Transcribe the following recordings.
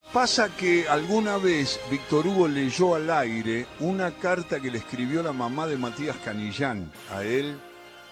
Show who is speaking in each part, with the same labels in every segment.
Speaker 1: Pasa que alguna vez Víctor Hugo leyó al aire una carta que le escribió la mamá de Matías Canillán a él,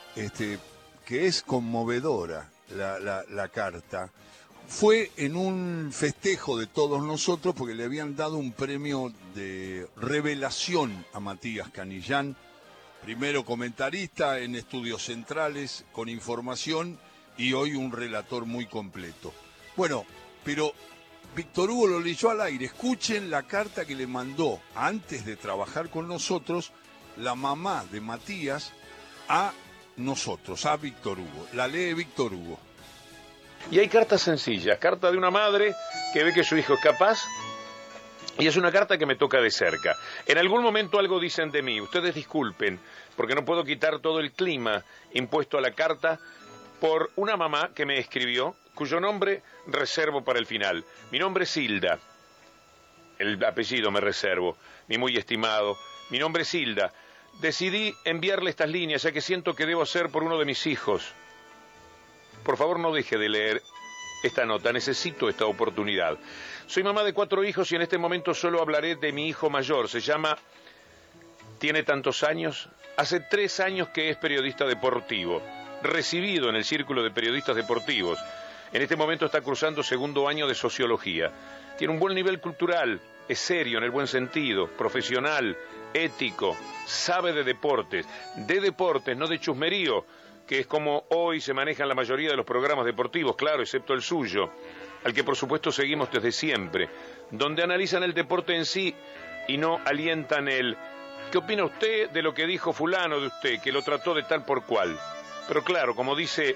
Speaker 1: que es conmovedora la carta. Fue en un festejo de todos nosotros porque le habían dado un premio de revelación a Matías Canillán, primero comentarista en Estudios Centrales con información y hoy un relator muy completo. Bueno, pero Víctor Hugo lo leyó al aire. Escuchen la carta que le mandó antes de trabajar con nosotros la mamá de Matías a nosotros, a Víctor Hugo. La lee Víctor Hugo.
Speaker 2: Y hay cartas sencillas, carta de una madre que ve que su hijo es capaz, y es una carta que me toca de cerca. En algún momento algo dicen de mí, ustedes disculpen, porque no puedo quitar todo el clima impuesto a la carta por una mamá que me escribió, cuyo nombre reservo para el final. Mi nombre es Hilda, el apellido me reservo, mi muy estimado. Mi nombre es Hilda. Decidí enviarle estas líneas, ya que siento que debo hacer por uno de mis hijos. Por favor, no deje de leer esta nota, necesito esta oportunidad. Soy mamá de 4 hijos y en este momento solo hablaré de mi hijo mayor. Se llama... Tiene tantos años. Hace 3 años que es periodista deportivo, recibido en el Círculo de Periodistas Deportivos. En este momento está cursando 2º año de Sociología. Tiene un buen nivel cultural, es serio en el buen sentido, profesional, ético, sabe de deportes, no de chusmerío, que es como hoy se manejan la mayoría de los programas deportivos, claro, excepto el suyo, al que por supuesto seguimos desde siempre, donde analizan el deporte en sí y no alientan el ¿qué opina usted de lo que dijo fulano de usted, que lo trató de tal por cual? Pero claro, como dice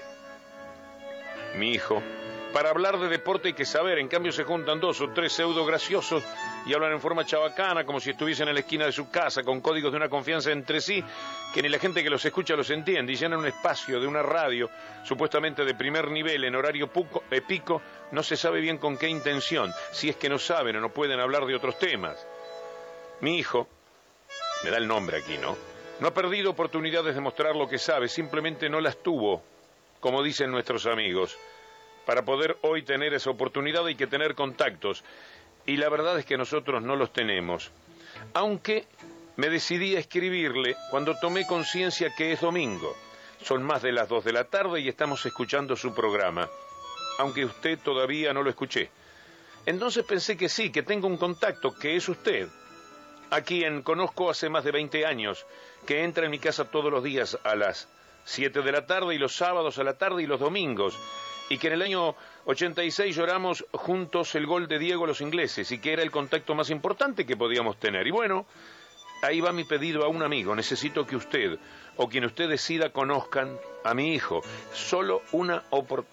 Speaker 2: mi hijo, para hablar de deporte hay que saber, en cambio se juntan 2 o 3 pseudo graciosos y hablan en forma chabacana, como si estuviesen en la esquina de su casa, con códigos de una confianza entre sí, que ni la gente que los escucha los entiende, y llenan un espacio de una radio, supuestamente de primer nivel, en horario pico, no se sabe bien con qué intención, si es que no saben o no pueden hablar de otros temas. Mi hijo, me da el nombre aquí, ¿no? No ha perdido oportunidades de mostrar lo que sabe, simplemente no las tuvo, como dicen nuestros amigos. Para poder hoy tener esa oportunidad hay que tener contactos, y la verdad es que nosotros no los tenemos. Aunque me decidí a escribirle cuando tomé conciencia que es domingo. Son más de las 2 de la tarde y estamos escuchando su programa, aunque usted todavía no lo escuché. Entonces pensé que sí, que tengo un contacto, que es usted, a quien conozco hace más de 20 años, que entra en mi casa todos los días a las 7 de la tarde y los sábados a la tarde y los domingos, y que en el año 86 lloramos juntos el gol de Diego a los ingleses, y que era el contacto más importante que podíamos tener. Y bueno, ahí va mi pedido a un amigo. Necesito que usted, o quien usted decida, conozcan a mi hijo. Solo una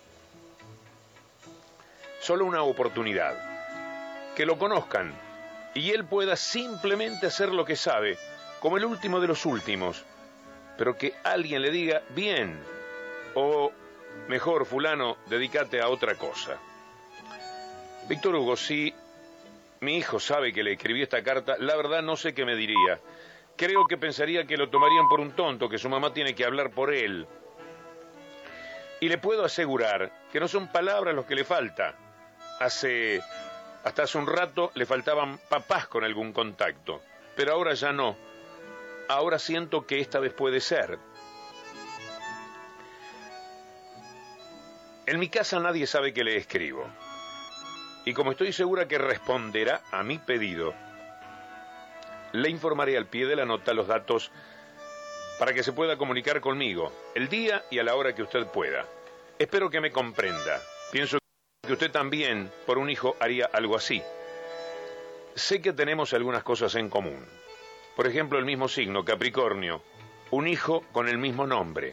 Speaker 2: oportunidad. Que lo conozcan, y él pueda simplemente hacer lo que sabe, como el último de los últimos, pero que alguien le diga, bien, o mejor, fulano, dedícate a otra cosa. Víctor Hugo, si mi hijo sabe que le escribí esta carta, la verdad no sé qué me diría. Creo que pensaría que lo tomarían por un tonto, que su mamá tiene que hablar por él. Y le puedo asegurar que no son palabras los que le falta. Hasta hace un rato le faltaban papás con algún contacto, pero ahora ya no. Ahora siento que esta vez puede ser. En mi casa nadie sabe que le escribo. Y como estoy segura que responderá a mi pedido, le informaré al pie de la nota los datos para que se pueda comunicar conmigo, el día y a la hora que usted pueda. Espero que me comprenda. Pienso que usted también, por un hijo, haría algo así. Sé que tenemos algunas cosas en común. Por ejemplo, el mismo signo, Capricornio. Un hijo con el mismo nombre.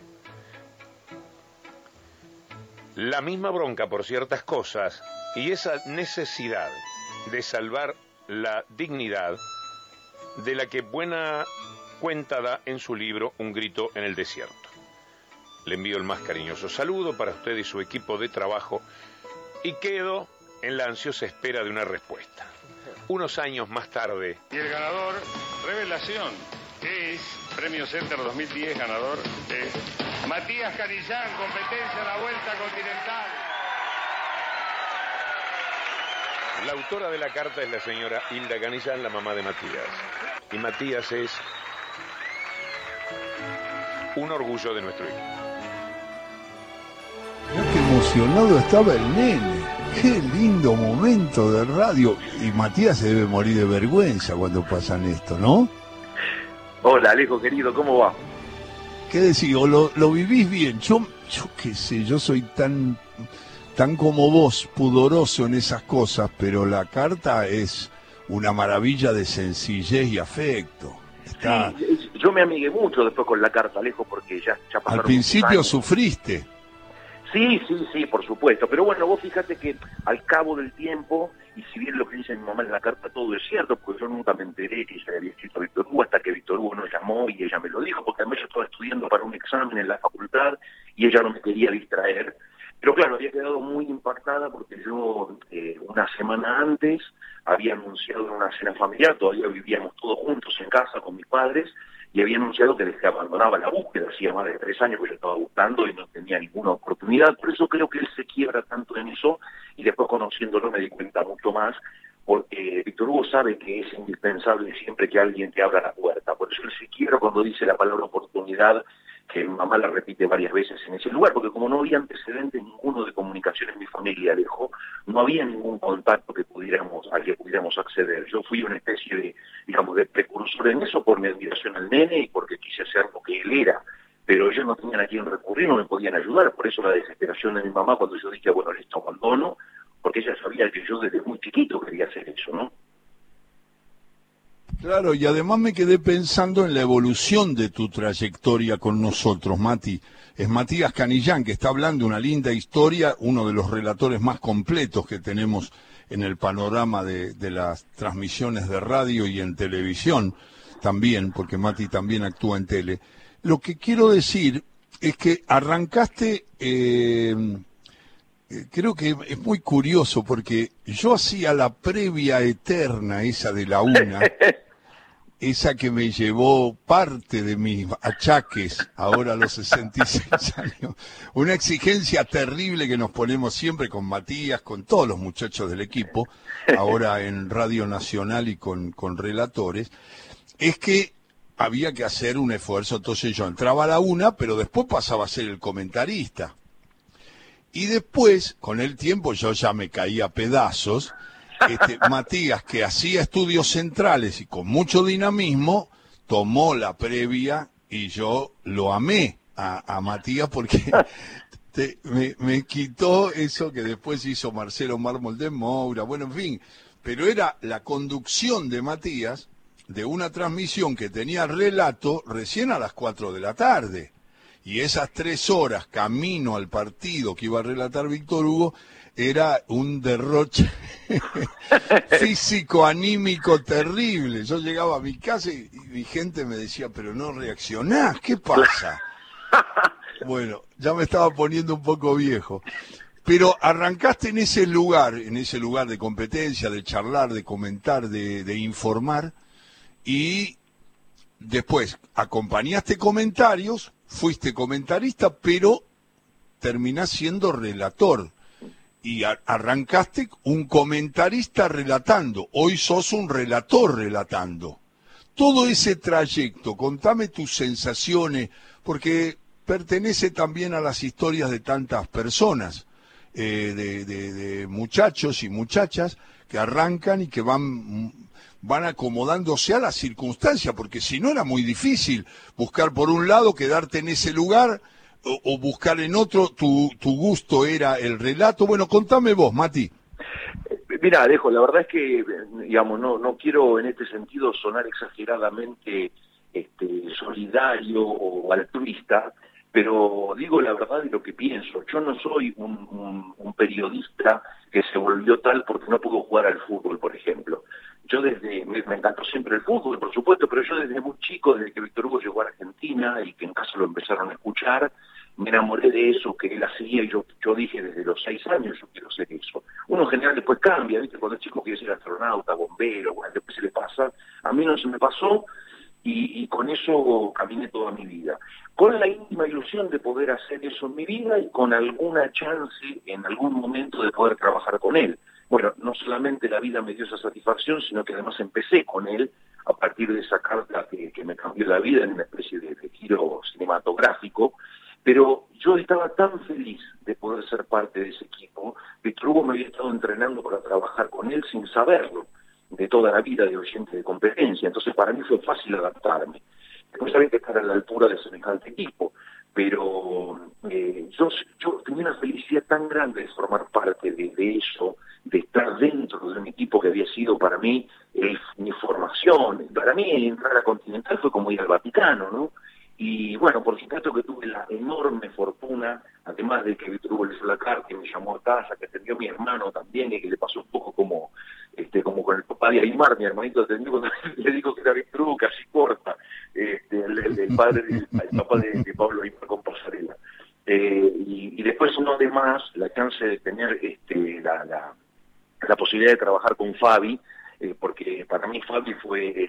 Speaker 2: La misma bronca por ciertas cosas y esa necesidad de salvar la dignidad de la que buena cuenta da en su libro Un grito en el desierto. Le envío el más cariñoso saludo para usted y su equipo de trabajo y quedo en la ansiosa espera de una respuesta. Unos años más tarde.
Speaker 3: Y el ganador, revelación, que es Premio Center 2010, ganador es Matías Canillán, competencia en la Vuelta Continental.
Speaker 2: La autora de la carta es la señora Hilda Canillán, la mamá de Matías. Y Matías es un orgullo de nuestro hijo.
Speaker 1: Mirá qué emocionado estaba el nene. Qué lindo momento de radio. Y Matías se debe morir de vergüenza cuando pasan esto, ¿no?
Speaker 4: Hola, Alejo querido, ¿cómo va?
Speaker 1: ¿Qué decís? ¿O lo vivís bien? Yo qué sé, yo soy tan como vos, pudoroso en esas cosas, pero la carta es una maravilla de sencillez y afecto. Está...
Speaker 4: Sí, yo me amigué mucho después con la carta, Alejo, porque ya pasaron.
Speaker 1: Al principio
Speaker 4: años.
Speaker 1: Sufriste.
Speaker 4: Sí, por supuesto. Pero bueno, vos fíjate que al cabo del tiempo, y si bien lo que dice mi mamá en la carta todo es cierto, porque yo nunca me enteré que ella había escrito a Víctor Hugo hasta que Víctor Hugo nos llamó y ella me lo dijo, porque además yo estaba estudiando para un examen en la facultad y ella no me quería distraer. Pero claro, había quedado muy impactada porque yo una semana antes había anunciado en una cena familiar, todavía vivíamos todos juntos en casa con mis padres, y había anunciado que abandonaba la búsqueda. Hacía más de 3 años que yo estaba buscando y no tenía ninguna oportunidad. Por eso creo que él se quiebra tanto en eso, y después conociéndolo me di cuenta mucho más, porque Víctor Hugo sabe que es indispensable siempre que alguien te abra la puerta. Por eso él se quiebra cuando dice la palabra oportunidad, que mi mamá la repite varias veces en ese lugar, porque como no había antecedentes ninguno de comunicación en mi familia, Alejo, no había ningún contacto al que pudiéramos acceder. Yo fui una especie de, digamos, de precursor en eso por mi admiración al nene y porque quise ser lo que él era, pero ellos no tenían a quién recurrir, no me podían ayudar. Por eso la desesperación de mi mamá cuando yo dije, bueno, listo, abandono, porque ella sabía que yo desde muy chiquito quería hacer eso, ¿no?
Speaker 1: Claro, y además me quedé pensando en la evolución de tu trayectoria con nosotros, Mati. Es Matías Canillán, que está hablando una linda historia, uno de los relatores más completos que tenemos en el panorama de las transmisiones de radio y en televisión también, porque Mati también actúa en tele. Lo que quiero decir es que arrancaste, creo que es muy curioso, porque yo hacía la previa eterna esa de la una, esa que me llevó parte de mis achaques ahora a los 66 años, una exigencia terrible que nos ponemos siempre con Matías, con todos los muchachos del equipo, ahora en Radio Nacional y con relatores, es que había que hacer un esfuerzo. Entonces yo entraba a la una, pero después pasaba a ser el comentarista. Y después, con el tiempo, yo ya me caía a pedazos. Matías, que hacía estudios centrales y con mucho dinamismo, tomó la previa y yo lo amé a Matías porque me quitó eso que después hizo Marcelo Mármol de Moura, bueno, en fin, pero era la conducción de Matías de una transmisión que tenía relato recién a las 4 de la tarde. Y esas 3 horas camino al partido que iba a relatar Víctor Hugo era un derroche físico, anímico terrible. Yo llegaba a mi casa y mi gente me decía, pero no reaccionás, ¿qué pasa? Bueno, ya me estaba poniendo un poco viejo. Pero arrancaste en ese lugar de competencia, de charlar, de comentar, de informar, y después acompañaste comentarios, fuiste comentarista, pero terminás siendo relator. Y arrancaste un comentarista relatando, hoy sos un relator relatando. Todo ese trayecto, contame tus sensaciones, porque pertenece también a las historias de tantas personas, de muchachos y muchachas que arrancan y que van acomodándose a las circunstancias, porque si no era muy difícil buscar por un lado, quedarte en ese lugar, o buscar en otro. Tu gusto era el relato. Bueno, contame vos, Mati.
Speaker 4: Mira, Alejo, la verdad es que, digamos, no quiero en este sentido sonar exageradamente solidario o altruista, pero digo la verdad de lo que pienso. Yo no soy un periodista que se volvió tal porque no pudo jugar al fútbol, por ejemplo. Yo me encantó siempre el fútbol, por supuesto, pero yo desde muy chico, desde que Víctor Hugo llegó a Argentina y que en casa lo empezaron a escuchar, me enamoré de eso que él hacía, y yo dije desde los 6 años, yo quiero hacer eso. Uno en general después cambia, ¿viste? Cuando es chico quiere ser astronauta, bombero, bueno, después se le pasa. A mí no se me pasó, y con eso caminé toda mi vida. Con la íntima ilusión de poder hacer eso en mi vida y con alguna chance en algún momento de poder trabajar con él. bueno, no solamente la vida me dio esa satisfacción, sino que además empecé con él a partir de esa carta que me cambió la vida en una especie de giro cinematográfico. Pero yo estaba tan feliz de poder ser parte de ese equipo. Víctor Hugo me había estado entrenando para trabajar con él sin saberlo, de toda la vida de oyente de competencia. Entonces para mí fue fácil adaptarme. Después había que estar a la altura de semejante equipo. Pero yo tenía una felicidad tan grande de formar parte de eso, de estar dentro de un equipo que había sido para mí mi formación. Para mí entrar a Continental fue como ir al Vaticano, ¿no? Y bueno, por supuesto que tuve la enorme fortuna, además de que Víctor Hugo le hizo la carta y me llamó a casa, que atendió mi hermano también, y que le pasó un poco como con el papá de Aymar, mi hermanito atendió cuando le dijo que era Víctor Hugo, casi corta, el papá de Pablo Aymar con Pasarela. Y después uno de más, la chance de tener la posibilidad de trabajar con Fabi, porque para mí Fabi fue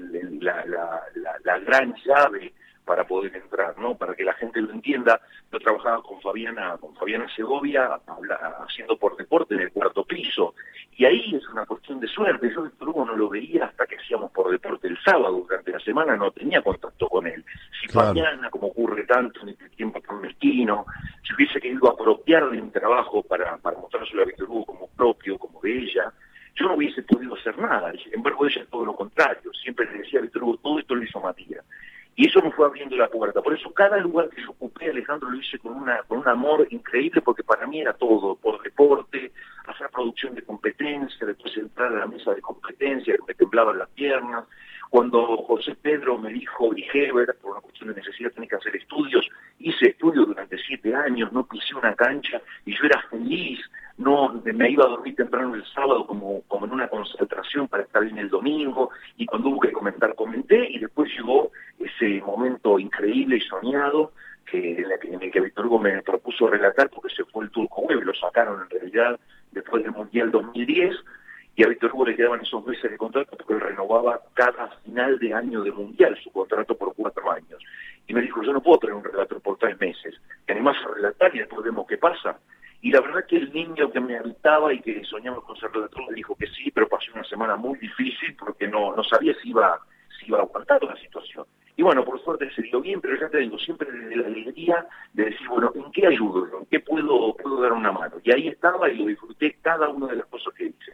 Speaker 4: la gran llave para poder entrar, ¿no? Para que la gente lo entienda, yo trabajaba con Fabiana Segovia, haciendo Por Deporte en el cuarto piso, y ahí es una cuestión de suerte. Yo Víctor Hugo no lo veía hasta que hacíamos Por Deporte el sábado, durante la semana no tenía contacto con él. Si claro. Fabiana, como ocurre tanto en este tiempo tan mezquino, si hubiese querido apropiar de mi trabajo para mostrárselo a Víctor Hugo como propio, como de ella, yo no hubiese podido hacer nada. Sin embargo, ella es todo lo contrario. Siempre le decía a Víctor Hugo, todo esto lo hizo Matías. Y eso me fue abriendo la puerta. Por eso cada lugar que yo ocupé, Alejandro, lo hice con un amor increíble, porque para mí era todo, Por Deporte, hacer producción de competencia, después entrar a la mesa de competencia, que me temblaban las piernas. Cuando José Pedro me dijo, y Heber, por una cuestión de necesidad, tenés que hacer estudios, hice estudios durante 7 años, no pisé una cancha, y yo era feliz, no me iba a dormir temprano el sábado como en una concentración para estar bien el domingo, y cuando hubo que comentar, comenté, y después llegó ese momento increíble y soñado en el que Víctor Hugo me propuso relatar, porque se fue el Turco Web, lo sacaron en realidad después del Mundial 2010, y a Víctor Hugo le quedaban esos meses de contrato porque él renovaba cada final de año de Mundial su contrato por 4 años. Y me dijo, yo no puedo tener un relator por 3 meses, te animás a relatar y después vemos qué pasa. Y la verdad que el niño que me habitaba y que soñaba con ser relator me dijo que sí, pero pasó una semana muy difícil porque no sabía si iba a aguantar la situación. Y bueno, por suerte se dio bien, pero ya te digo, siempre desde la alegría de decir, bueno, ¿en qué ayudo? ¿En qué puedo dar una mano? Y ahí estaba y lo disfruté cada una de las cosas que hice.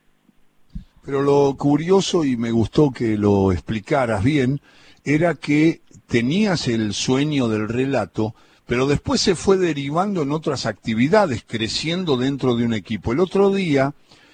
Speaker 1: Pero lo curioso, y me gustó que lo explicaras bien, era que tenías el sueño del relato, pero después se fue derivando en otras actividades, creciendo dentro de un equipo. El otro día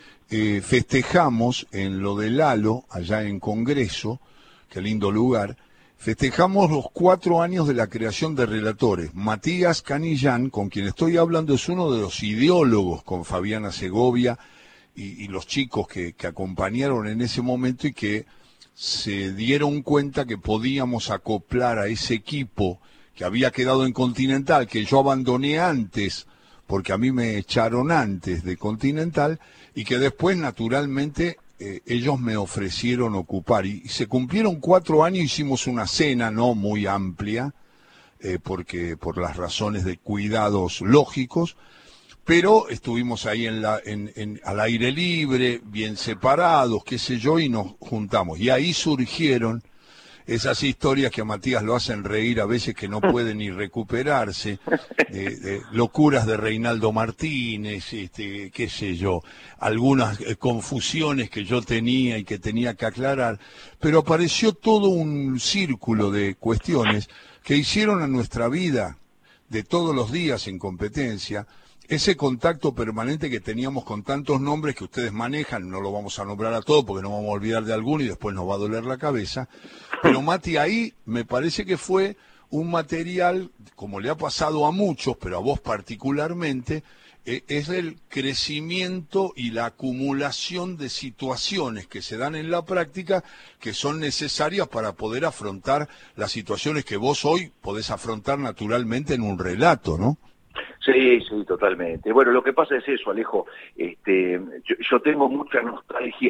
Speaker 1: festejamos en lo de Lalo, allá en Congreso, qué lindo lugar, festejamos los 4 años de la creación de Relatores. Matías Canillán, con quien estoy hablando, es uno de los ideólogos con Fabiana Segovia y los chicos que acompañaron en ese momento y que se dieron cuenta que podíamos acoplar a ese equipo que había quedado en Continental, que yo abandoné antes, porque a mí me echaron antes de Continental, y que después, naturalmente, ellos me ofrecieron ocupar. Y se cumplieron 4 años, hicimos una cena no muy amplia, porque por las razones de cuidados lógicos, pero estuvimos ahí al aire libre, bien separados, qué sé yo, y nos juntamos. Y ahí surgieron esas historias que a Matías lo hacen reír a veces, que no puede ni recuperarse, locuras de Reinaldo Martínez, qué sé yo, algunas confusiones que yo tenía y que tenía que aclarar, pero apareció todo un círculo de cuestiones que hicieron a nuestra vida de todos los días en competencia ese contacto permanente que teníamos con tantos nombres que ustedes manejan. No lo vamos a nombrar a todos porque no vamos a olvidar de alguno y después nos va a doler la cabeza, pero Mati, ahí me parece que fue un material, como le ha pasado a muchos, pero a vos particularmente, es el crecimiento y la acumulación de situaciones que se dan en la práctica que son necesarias para poder afrontar las situaciones que vos hoy podés afrontar naturalmente en un relato, ¿no?
Speaker 4: Sí, totalmente. Bueno, lo que pasa es eso, Alejo. Yo tengo mucha nostalgia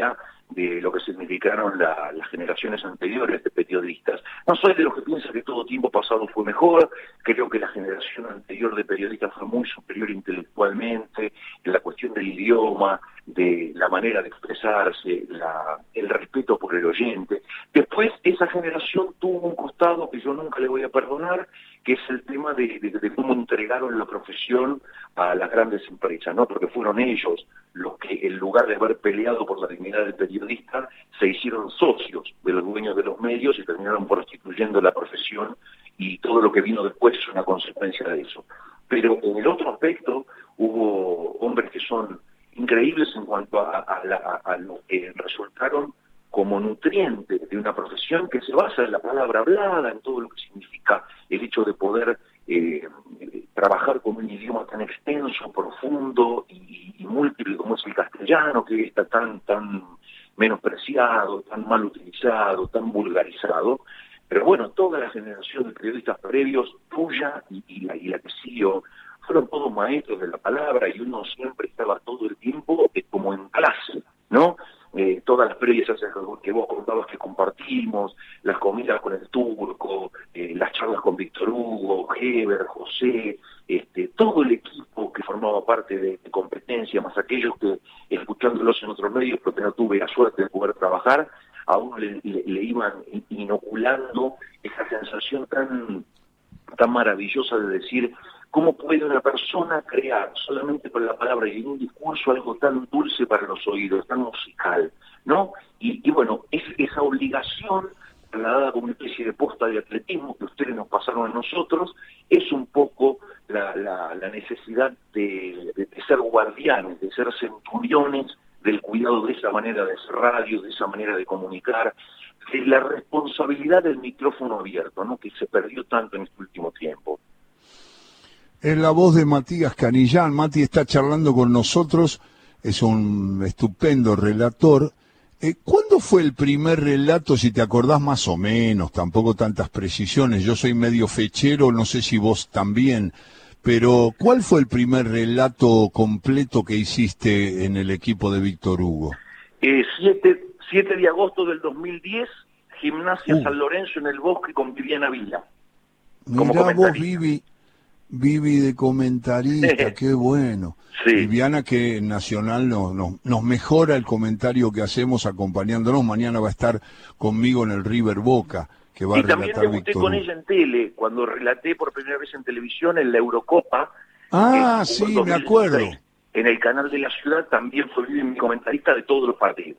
Speaker 4: de lo que significaron las generaciones anteriores de periodistas. No soy de los que piensa que todo tiempo pasado fue mejor, creo que la generación anterior de periodistas fue muy superior intelectualmente, en la cuestión del idioma, de la manera de expresarse, el respeto por el oyente. Después, esa generación tuvo un costado que yo nunca le voy a perdonar, que es el tema de cómo entregaron la profesión a las grandes empresas, ¿no? Porque fueron ellos los que, en lugar de haber peleado por la dignidad del periodista, se hicieron socios de los dueños de los medios y terminaron prostituyendo la profesión, y todo lo que vino después es una consecuencia de eso. Pero en el otro aspecto hubo hombres que son increíbles en cuanto a lo que resultaron como nutriente de una profesión que se basa en la palabra hablada, en todo lo que significa el hecho de poder trabajar con un idioma tan extenso, profundo y múltiple como es el castellano, que está tan menospreciado, tan mal utilizado, tan vulgarizado. Pero bueno, toda la generación de periodistas previos, tuya y la que siguió, fueron todos maestros de la palabra, y uno siempre estaba todo el tiempo como en clase, ¿no? Todas las previas que vos contabas que compartimos, las comidas con el Turco, las charlas con Víctor Hugo, Heber, José, todo el equipo que formaba parte de competencia, más aquellos que, escuchándolos en otros medios, porque no tuve la suerte de poder trabajar, a uno le iban inoculando esa sensación tan maravillosa de decir, ¿cómo puede una persona crear solamente con la palabra y en un discurso algo tan dulce para los oídos, tan musical, ¿no? Y bueno, esa obligación trasladada como una especie de posta de atletismo que ustedes nos pasaron a nosotros, es un poco la necesidad de ser guardianes, de ser centuriones del cuidado de esa manera de hacer radio, de esa manera de comunicar, de la responsabilidad del micrófono abierto, ¿no? Que se perdió tanto en este último tiempo.
Speaker 1: Es la voz de Matías Canillán. Mati está charlando con nosotros, es un estupendo relator. ¿Cuándo fue el primer relato, si te acordás más o menos, tampoco tantas precisiones? Yo soy medio fechero, no sé si vos también, pero ¿cuál fue el primer relato completo que hiciste en el equipo de Víctor Hugo?
Speaker 4: 7 de agosto del 2010, Gimnasia San Lorenzo en el Bosque con Viviana Vila.
Speaker 1: Mirá vos, Vivi de comentarista, qué bueno. Sí. Viviana, que Nacional nos mejora el comentario que hacemos acompañándonos. Mañana va a estar conmigo en el River Boca, que va a relatar Víctor.
Speaker 4: Y también debuté con ella en tele, cuando relaté por primera vez en televisión en la Eurocopa.
Speaker 1: Sí, me acuerdo.
Speaker 4: En el canal de la ciudad también fue mi comentarista de todos los partidos.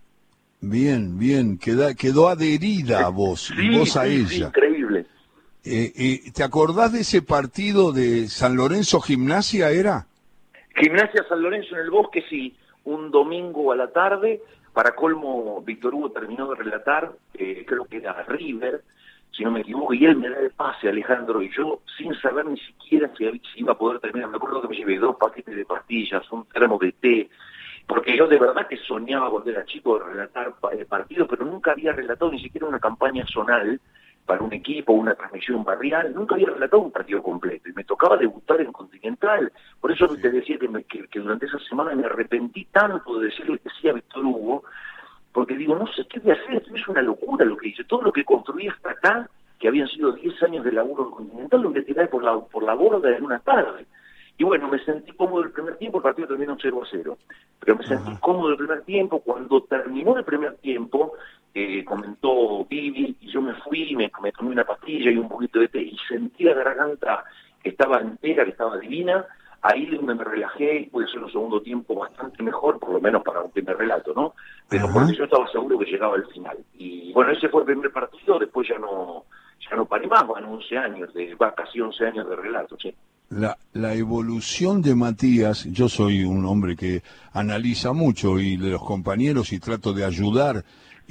Speaker 1: Bien, quedó adherida a vos, y vos a ella.
Speaker 4: Sí, increíble.
Speaker 1: ¿Te acordás de ese partido de San Lorenzo Gimnasia, era?
Speaker 4: Gimnasia San Lorenzo en el Bosque, sí, un domingo a la tarde. Para colmo, Víctor Hugo terminó de relatar, creo que era River, si no me equivoco, y él me da el pase, Alejandro, y yo, sin saber ni siquiera si iba a poder terminar, me acuerdo que me llevé 2 paquetes de pastillas, un termo de té, porque yo de verdad que soñaba cuando era chico de relatar partidos, pero nunca había relatado ni siquiera una campaña zonal para un equipo, una transmisión barrial, nunca había relatado un partido completo, y me tocaba debutar en Continental. Por eso te decía que durante esa semana me arrepentí tanto de decirle que sí a Víctor Hugo, porque digo, no sé qué voy a hacer, esto es una locura lo que hice, todo lo que construí hasta acá, que habían sido 10 años de laburo en Continental, lo que tiré por la borda en una tarde. Y bueno, me sentí cómodo el primer tiempo, el partido terminó 0-0, pero me sentí cómodo el primer tiempo. Cuando terminó el primer tiempo, comentó Vivi, y yo me fui, me tomé una pastilla y un poquito de té, y sentí la garganta que estaba entera, que estaba divina. Ahí es donde me relajé y pude hacer un segundo tiempo bastante mejor, por lo menos para un primer relato, ¿no? Pero porque yo estaba seguro que llegaba al final. Y bueno, ese fue el primer partido, después ya no paré más, van 11 años, casi 11 años de relato, sí.
Speaker 1: La evolución de Matías, yo soy un hombre que analiza mucho y de los compañeros y trato de ayudar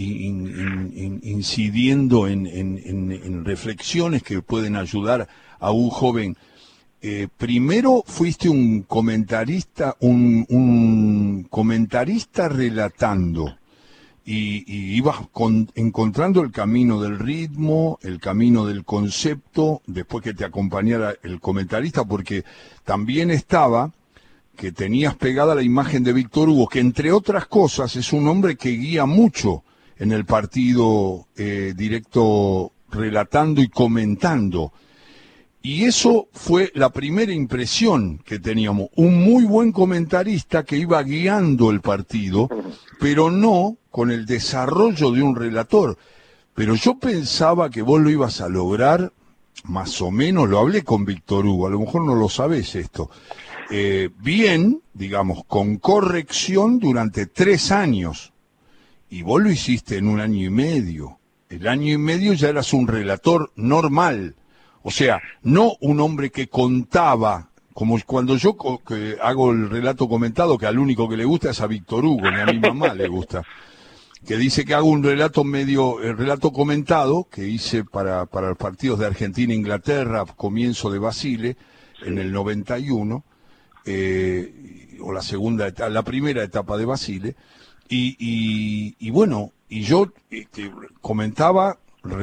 Speaker 1: incidiendo en reflexiones que pueden ayudar a un joven. Primero fuiste un comentarista, un comentarista relatando y ibas encontrando el camino del ritmo, el camino del concepto, después que te acompañara el comentarista, porque también estaba que tenías pegada la imagen de Víctor Hugo, que entre otras cosas es un hombre que guía mucho en el partido directo, relatando y comentando. Y eso fue la primera impresión que teníamos. Un muy buen comentarista que iba guiando el partido, pero no con el desarrollo de un relator. Pero yo pensaba que vos lo ibas a lograr, más o menos, lo hablé con Víctor Hugo, a lo mejor no lo sabés esto, bien, digamos, con corrección durante 3 años. Y vos lo hiciste en 1 año y medio. El año y medio ya eras un relator normal. O sea, no un hombre que contaba, como cuando yo que hago el relato comentado, que al único que le gusta es a Víctor Hugo, ni a mi mamá le gusta, que dice que hago un relato el relato comentado, que hice para los partidos de Argentina e Inglaterra, comienzo de Basile, en el 91, o la primera etapa de Basile, y bueno, y yo comentaba,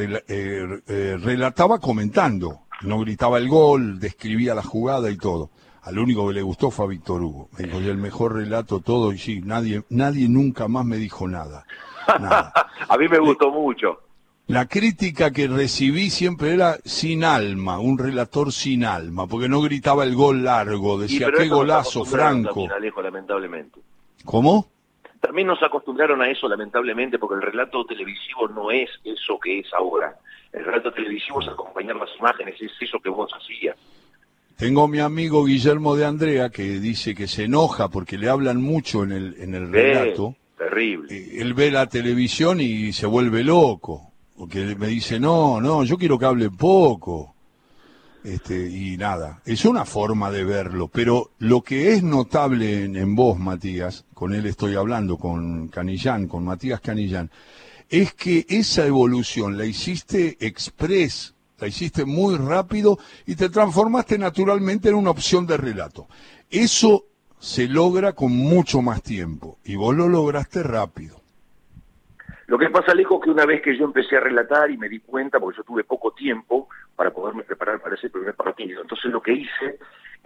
Speaker 1: relataba comentando, no gritaba el gol, describía la jugada y todo. Al único que le gustó fue a Víctor Hugo. Me dijo, y el mejor relato todo, y sí, nadie nunca más me dijo nada. Nada.
Speaker 4: A mí me gustó mucho.
Speaker 1: La crítica que recibí siempre era sin alma, un relator sin alma, porque no gritaba el gol largo, decía, qué golazo, Franco.
Speaker 4: También, Alejo, lamentablemente.
Speaker 1: ¿Cómo?
Speaker 4: También nos acostumbraron a eso, lamentablemente, porque el relato televisivo no es eso que es ahora. El relato televisivo es acompañar las imágenes, es eso que vos hacías.
Speaker 1: Tengo mi amigo Guillermo de Andrea que dice que se enoja porque le hablan mucho en el relato.
Speaker 4: Terrible.
Speaker 1: Él ve la televisión y se vuelve loco, porque me dice, no, yo quiero que hable poco. Y nada, es una forma de verlo, pero lo que es notable en vos, Matías, con él estoy hablando, con Canillán, con Matías Canillán, es que esa evolución la hiciste express, la hiciste muy rápido y te transformaste naturalmente en una opción de relato. Eso se logra con mucho más tiempo y vos lo lograste rápido.
Speaker 4: Lo que pasa, Alejo, que una vez que yo empecé a relatar y me di cuenta, porque yo tuve poco tiempo para poderme preparar para ese primer partido, entonces lo que hice,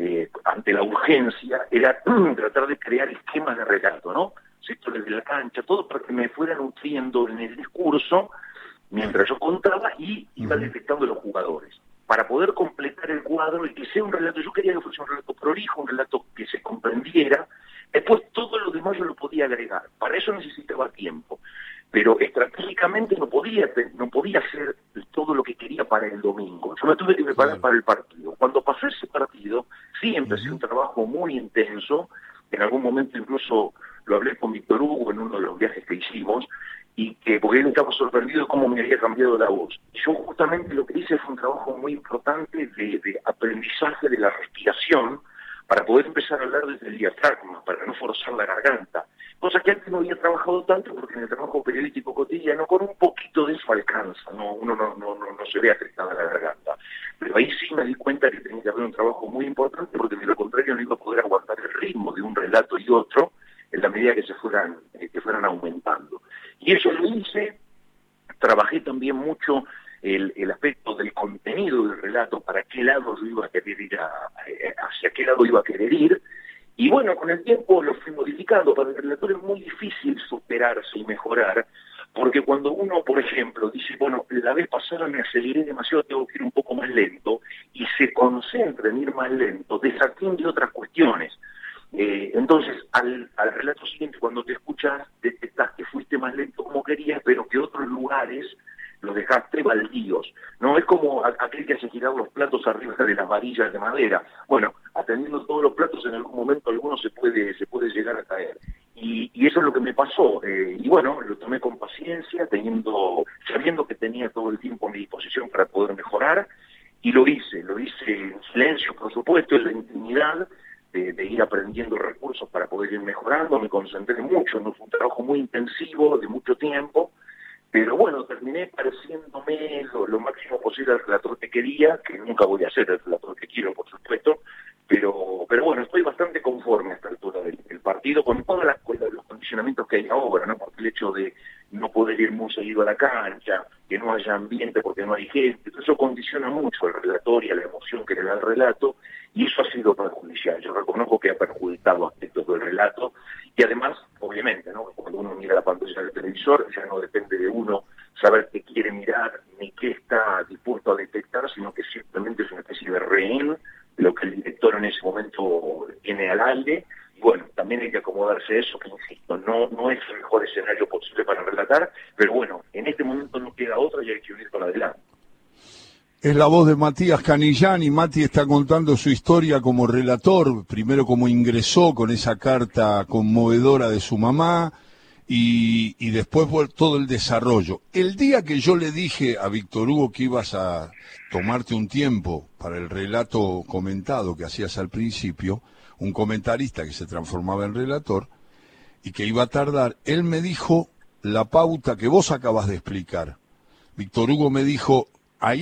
Speaker 4: ante la urgencia, era tratar de crear esquemas de relato, ¿no? Sectores de la cancha, todo para que me fuera nutriendo en el discurso mientras yo contaba y iba detectando los jugadores. Para poder completar el cuadro y que sea un relato, yo quería que fuese un relato prolijo, un relato que se comprendiera, después todo lo demás yo lo podía agregar. Para eso necesitaba tiempo. Pero estratégicamente no podía hacer todo lo que quería para el domingo. Yo me tuve que preparar para el partido. Cuando pasó ese partido, sí empecé un trabajo muy intenso. En algún momento incluso lo hablé con Víctor Hugo en uno de los viajes que hicimos, porque él estaba sorprendido de cómo me había cambiado la voz. Y yo justamente lo que hice fue un trabajo muy importante de aprendizaje de la respiración, para poder empezar a hablar desde el diafragma, para no forzar la garganta. Cosa que antes no había trabajado tanto, porque en el trabajo periodístico cotidiano con un poquito de eso alcanza, uno no se ve afectada la garganta. Pero ahí sí me di cuenta que tenía que haber un trabajo muy importante, porque de lo contrario no iba a poder aguantar el ritmo de un relato y otro en la medida que fueran aumentando. Y eso lo hice. Trabajé también mucho el aspecto del contenido del relato, para qué lado yo iba a querer ir, hacia qué lado iba a querer ir, y bueno, con el tiempo lo fui modificando. Para el relator es muy difícil superarse y mejorar, porque cuando uno, por ejemplo, dice, bueno, la vez pasada me aceleré demasiado, tengo que ir un poco más lento, y se concentra en ir más lento, desatiende otras cuestiones. Entonces, al relato siguiente, cuando te escuchas, detectás que fuiste más lento como querías, pero que otros lugares los dejaste baldíos, ¿no? Es como aquel que hace girar los platos arriba de las varillas de madera. Bueno, atendiendo todos los platos, en algún momento alguno se puede llegar a caer. Y eso es lo que me pasó. Y bueno, lo tomé con paciencia, sabiendo que tenía todo el tiempo a mi disposición para poder mejorar, y lo hice en silencio, por supuesto, en la intimidad, de ir aprendiendo recursos para poder ir mejorando. Me concentré mucho, no fue un trabajo muy intensivo, de mucho tiempo, pero bueno, terminé pareciéndome lo máximo posible al relator que quería, que nunca voy a ser el relator que quiero, por supuesto, pero bueno, estoy bastante conforme a esta altura del partido, con todos los condicionamientos que hay ahora, ¿no? Porque el hecho de no poder ir muy seguido a la cancha, que no haya ambiente porque no hay gente, eso condiciona mucho el relator y a la emoción que le da el relato, y eso ha sido perjudicial. Yo reconozco que ha perjudicado aspectos del relato, y además, obviamente, ¿no? Cuando uno mira la pantalla del televisor, ya no depende de uno saber qué quiere mirar ni qué está dispuesto a detectar, sino que simplemente es una especie de rehén de lo que el director en ese momento tiene al aire. Y bueno, también hay que acomodarse a eso, que insisto, no es el mejor escenario posible para relatar, pero bueno, en este momento no queda otra y hay que unir para adelante.
Speaker 1: Es la voz de Matías Canillán, y Mati está contando su historia como relator, primero cómo ingresó con esa carta conmovedora de su mamá, y después todo el desarrollo. El día que yo le dije a Víctor Hugo que ibas a tomarte un tiempo para el relato comentado que hacías al principio, un comentarista que se transformaba en relator, y que iba a tardar, él me dijo la pauta que vos acabas de explicar. Víctor Hugo me dijo,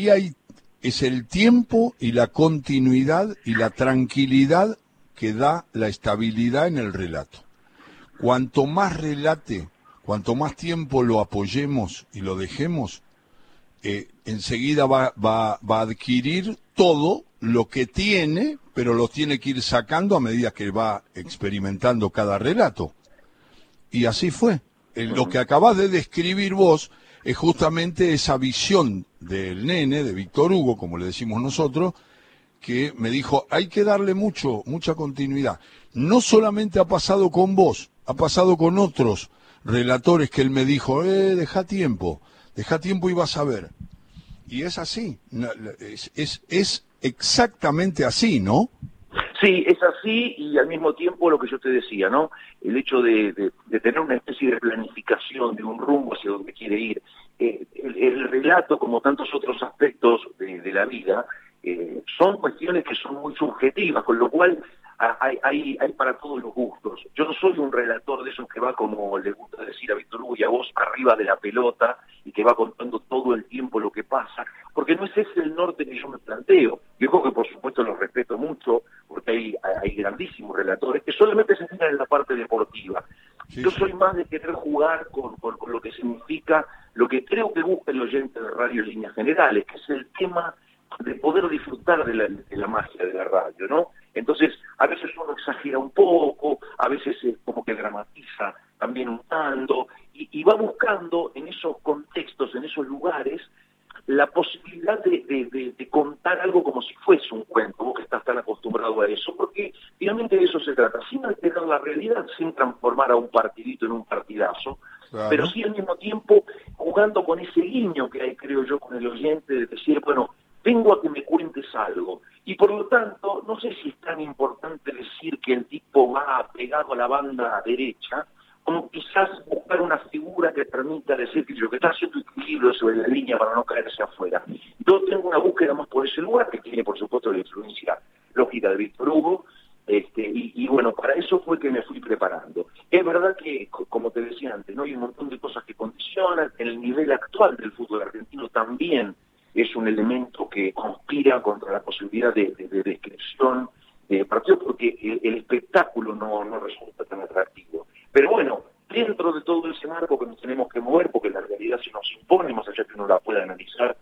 Speaker 1: es el tiempo y la continuidad y la tranquilidad que da la estabilidad en el relato. Cuanto más relate, cuanto más tiempo lo apoyemos y lo dejemos, enseguida va a adquirir todo lo que tiene, pero lo tiene que ir sacando a medida que va experimentando cada relato. Y así fue. Lo que acabas de describir vos es justamente esa visión del nene, de Víctor Hugo, como le decimos nosotros, que me dijo, hay que darle mucha continuidad. No solamente ha pasado con vos, ha pasado con otros relatores que él me dijo, deja tiempo y vas a ver. Y es así, es exactamente así, ¿no?
Speaker 4: Sí, es así, y al mismo tiempo lo que yo te decía, ¿no? El hecho de tener una especie de planificación, de un rumbo hacia donde quiere ir. El relato, como tantos otros aspectos de la vida, son cuestiones que son muy subjetivas, con lo cual hay para todos los gustos. Yo no soy un relator de esos que va, como le gusta decir a Víctor Hugo y a vos, arriba de la pelota y que va contando todo el tiempo lo que pasa, porque no es ese el norte que yo me planteo. Yo creo que por supuesto los respeto mucho, porque hay grandísimos relatores que solamente se fijan en la parte deportiva. Sí. Yo soy más de querer jugar con lo que significa, lo que creo que busca el oyente de radio en líneas generales, que es el tema de poder disfrutar de la magia de la radio, ¿no? Entonces, a veces uno exagera un poco, a veces como que dramatiza también un tanto, y va buscando en esos contextos, en esos lugares, la posibilidad de contar algo como si fuese un cuento, vos que estás tan acostumbrado a eso, porque finalmente de eso se trata, sin alterar la realidad, sin transformar a un partidito en un partidazo, claro, pero sí al mismo tiempo jugando con ese guiño que hay, creo yo, con el oyente, de decir, bueno, vengo a que me cuentes algo. Y por lo tanto, no sé si es tan importante decir que el tipo va pegado a la banda derecha, como quizás buscar una figura que permita decir que lo que está haciendo equilibrio sobre la línea para no caerse afuera. Yo tengo una búsqueda más por ese lugar, que tiene por supuesto la influencia lógica de Víctor Hugo, y bueno, para eso fue que me fui preparando. Es verdad que, como te decía antes, ¿no? Hay un montón de cosas que condicionan. En el nivel actual del fútbol argentino también es un elemento que conspira contra la posibilidad de descripción de partidos, porque el espectáculo no resulta tan atractivo. Pero bueno, dentro de todo ese marco que nos tenemos que mover, porque la realidad se nos impone, más allá que uno la pueda analizar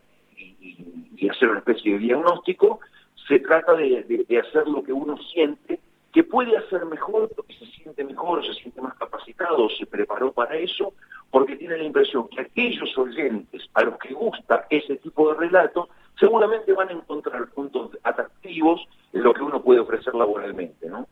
Speaker 4: y hacer una especie de diagnóstico, se trata de hacer lo que uno siente que puede hacer mejor, porque se siente mejor, se siente más capacitado, se preparó para eso, porque tiene la impresión que aquellos oyentes a los que gusta ese tipo de relato seguramente van a encontrar puntos atractivos en lo que uno puede ofrecer laboralmente, ¿no?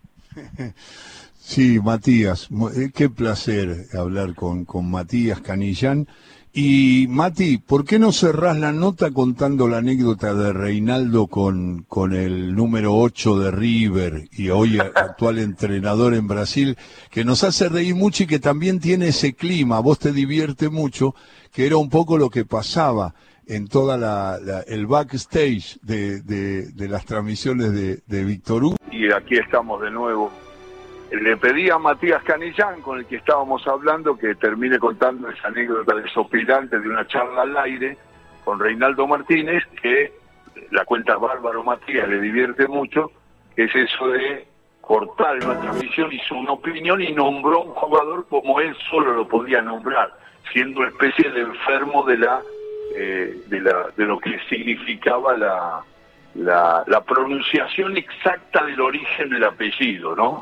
Speaker 1: Sí, Matías, qué placer hablar con Matías Canillán. Y Mati, ¿por qué no cerrás la nota contando la anécdota de Reinaldo con el número 8 de River y hoy actual entrenador en Brasil, que nos hace reír mucho y que también tiene ese clima, a vos te divierte mucho, que era un poco lo que pasaba en toda el backstage de las transmisiones de Víctor Hugo?
Speaker 5: Y aquí estamos de nuevo. Le pedí a Matías Canillán, con el que estábamos hablando, que termine contando esa anécdota desopilante de una charla al aire con Reinaldo Martínez, que la cuenta Bárbaro Matías, le divierte mucho, es eso de cortar una transmisión, hizo una opinión y nombró a un jugador como él solo lo podía nombrar, siendo una especie de enfermo de lo que significaba la pronunciación exacta del origen del apellido, ¿no?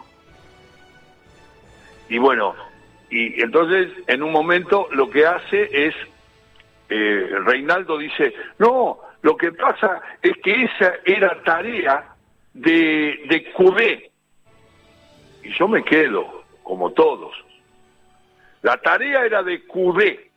Speaker 5: Y bueno, y entonces en un momento lo que hace es, Reinaldo dice, no, lo que pasa es que esa era tarea de Cudé. Y yo me quedo, como todos. La tarea era de Cudé.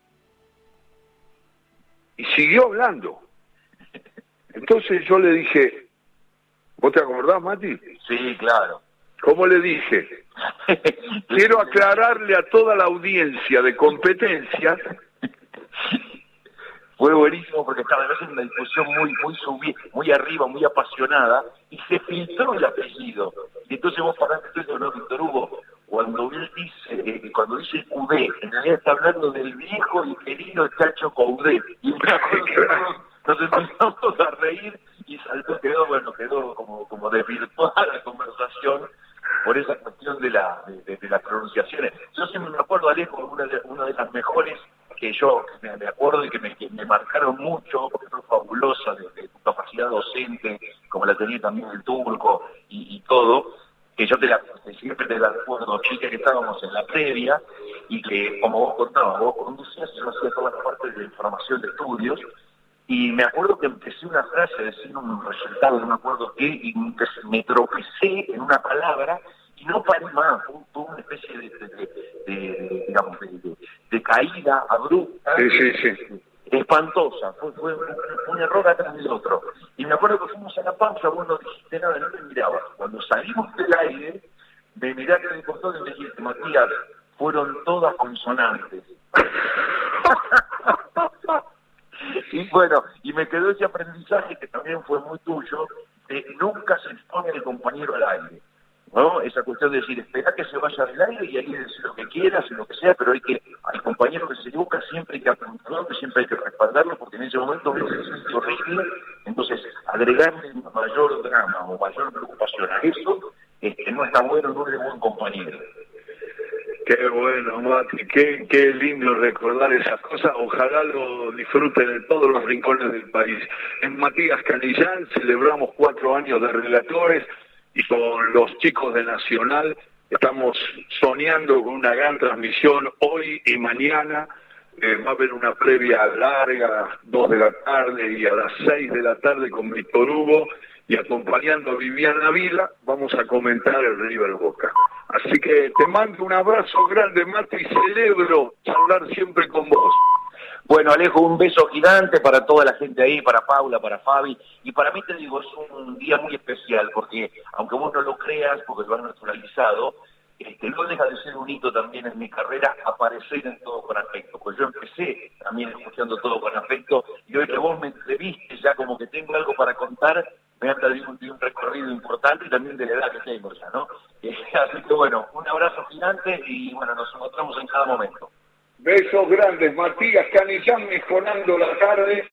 Speaker 5: Y siguió hablando. Entonces yo le dije, ¿vos te acordás, Mati?
Speaker 4: Sí, claro.
Speaker 5: ¿Cómo le dije? Quiero aclararle a toda la audiencia de Competencia.
Speaker 4: Fue buenísimo porque estaba en una discusión muy arriba, muy apasionada, y se filtró el apellido. Y entonces vos paraste eso, ¿no, Víctor Hugo? Cuando él dice, cuando dice Cudé, en realidad está hablando del viejo y querido Chacho Coudet. Y me acuerdo que nos empezamos a reír y quedó como desvirtuada la conversación por esa cuestión de las pronunciaciones. Yo siempre me acuerdo, Alejo, una de las mejores que yo me acuerdo y que me marcaron mucho, porque fue fabulosa de tu capacidad docente, como la tenía también el turco y todo, que yo siempre te la recuerdo, chica, que estábamos en la previa y que, como vos contabas, vos conducías, yo hacía toda la parte de información de estudios, y me acuerdo que empecé una frase a decir un resultado, no me acuerdo qué, y me tropecé en una palabra y no paré más. Fue una especie de caída abrupta,
Speaker 5: Sí.
Speaker 4: espantosa. Fue un error atrás del otro. Y me acuerdo que fuimos a la pausa, vos no dijiste nada, no me mirabas. Cuando salimos del aire, me miraste de costado y me dijiste, Matías, fueron todas consonantes. Y bueno, y me quedó ese aprendizaje que también fue muy tuyo, de nunca se expone el compañero al aire, ¿no? Esa cuestión de decir, espera que se vaya del aire y ahí decir lo que quieras, lo que sea, pero al compañero que se equivoca siempre hay que apuntarlo, siempre hay que respaldarlo, porque en ese momento es horrible. Entonces, agregarle mayor drama o mayor preocupación a eso, no está bueno, no es de buen compañero.
Speaker 5: Qué bueno, Mati, qué lindo recordar esas cosas. Ojalá lo disfruten en todos los rincones del país. En Matías Canillán celebramos 4 años de relatores y con los chicos de Nacional estamos soñando con una gran transmisión hoy y mañana. Va a haber una previa larga, 2 de la tarde y a las 6 de la tarde con Víctor Hugo, y acompañando a Viviana Vila vamos a comentar el River Boca. Así que te mando un abrazo grande, Mati, y celebro charlar siempre con vos.
Speaker 4: Bueno, Alejo, un beso gigante para toda la gente ahí, para Paula, para Fabi, y para mí, te digo, es un día muy especial, porque aunque vos no lo creas, porque lo has naturalizado, no deja de ser un hito también en mi carrera aparecer en Todo con Afecto, pues yo empecé también escuchando Todo con Afecto, y hoy que vos me entrevistes ya como que tengo algo para contar, me habla de un recorrido importante y también de la edad que tengo ya, ¿no? Así que bueno, un abrazo gigante y bueno, nos encontramos en cada momento.
Speaker 5: Besos grandes, Matías Canillán, mejorando la tarde.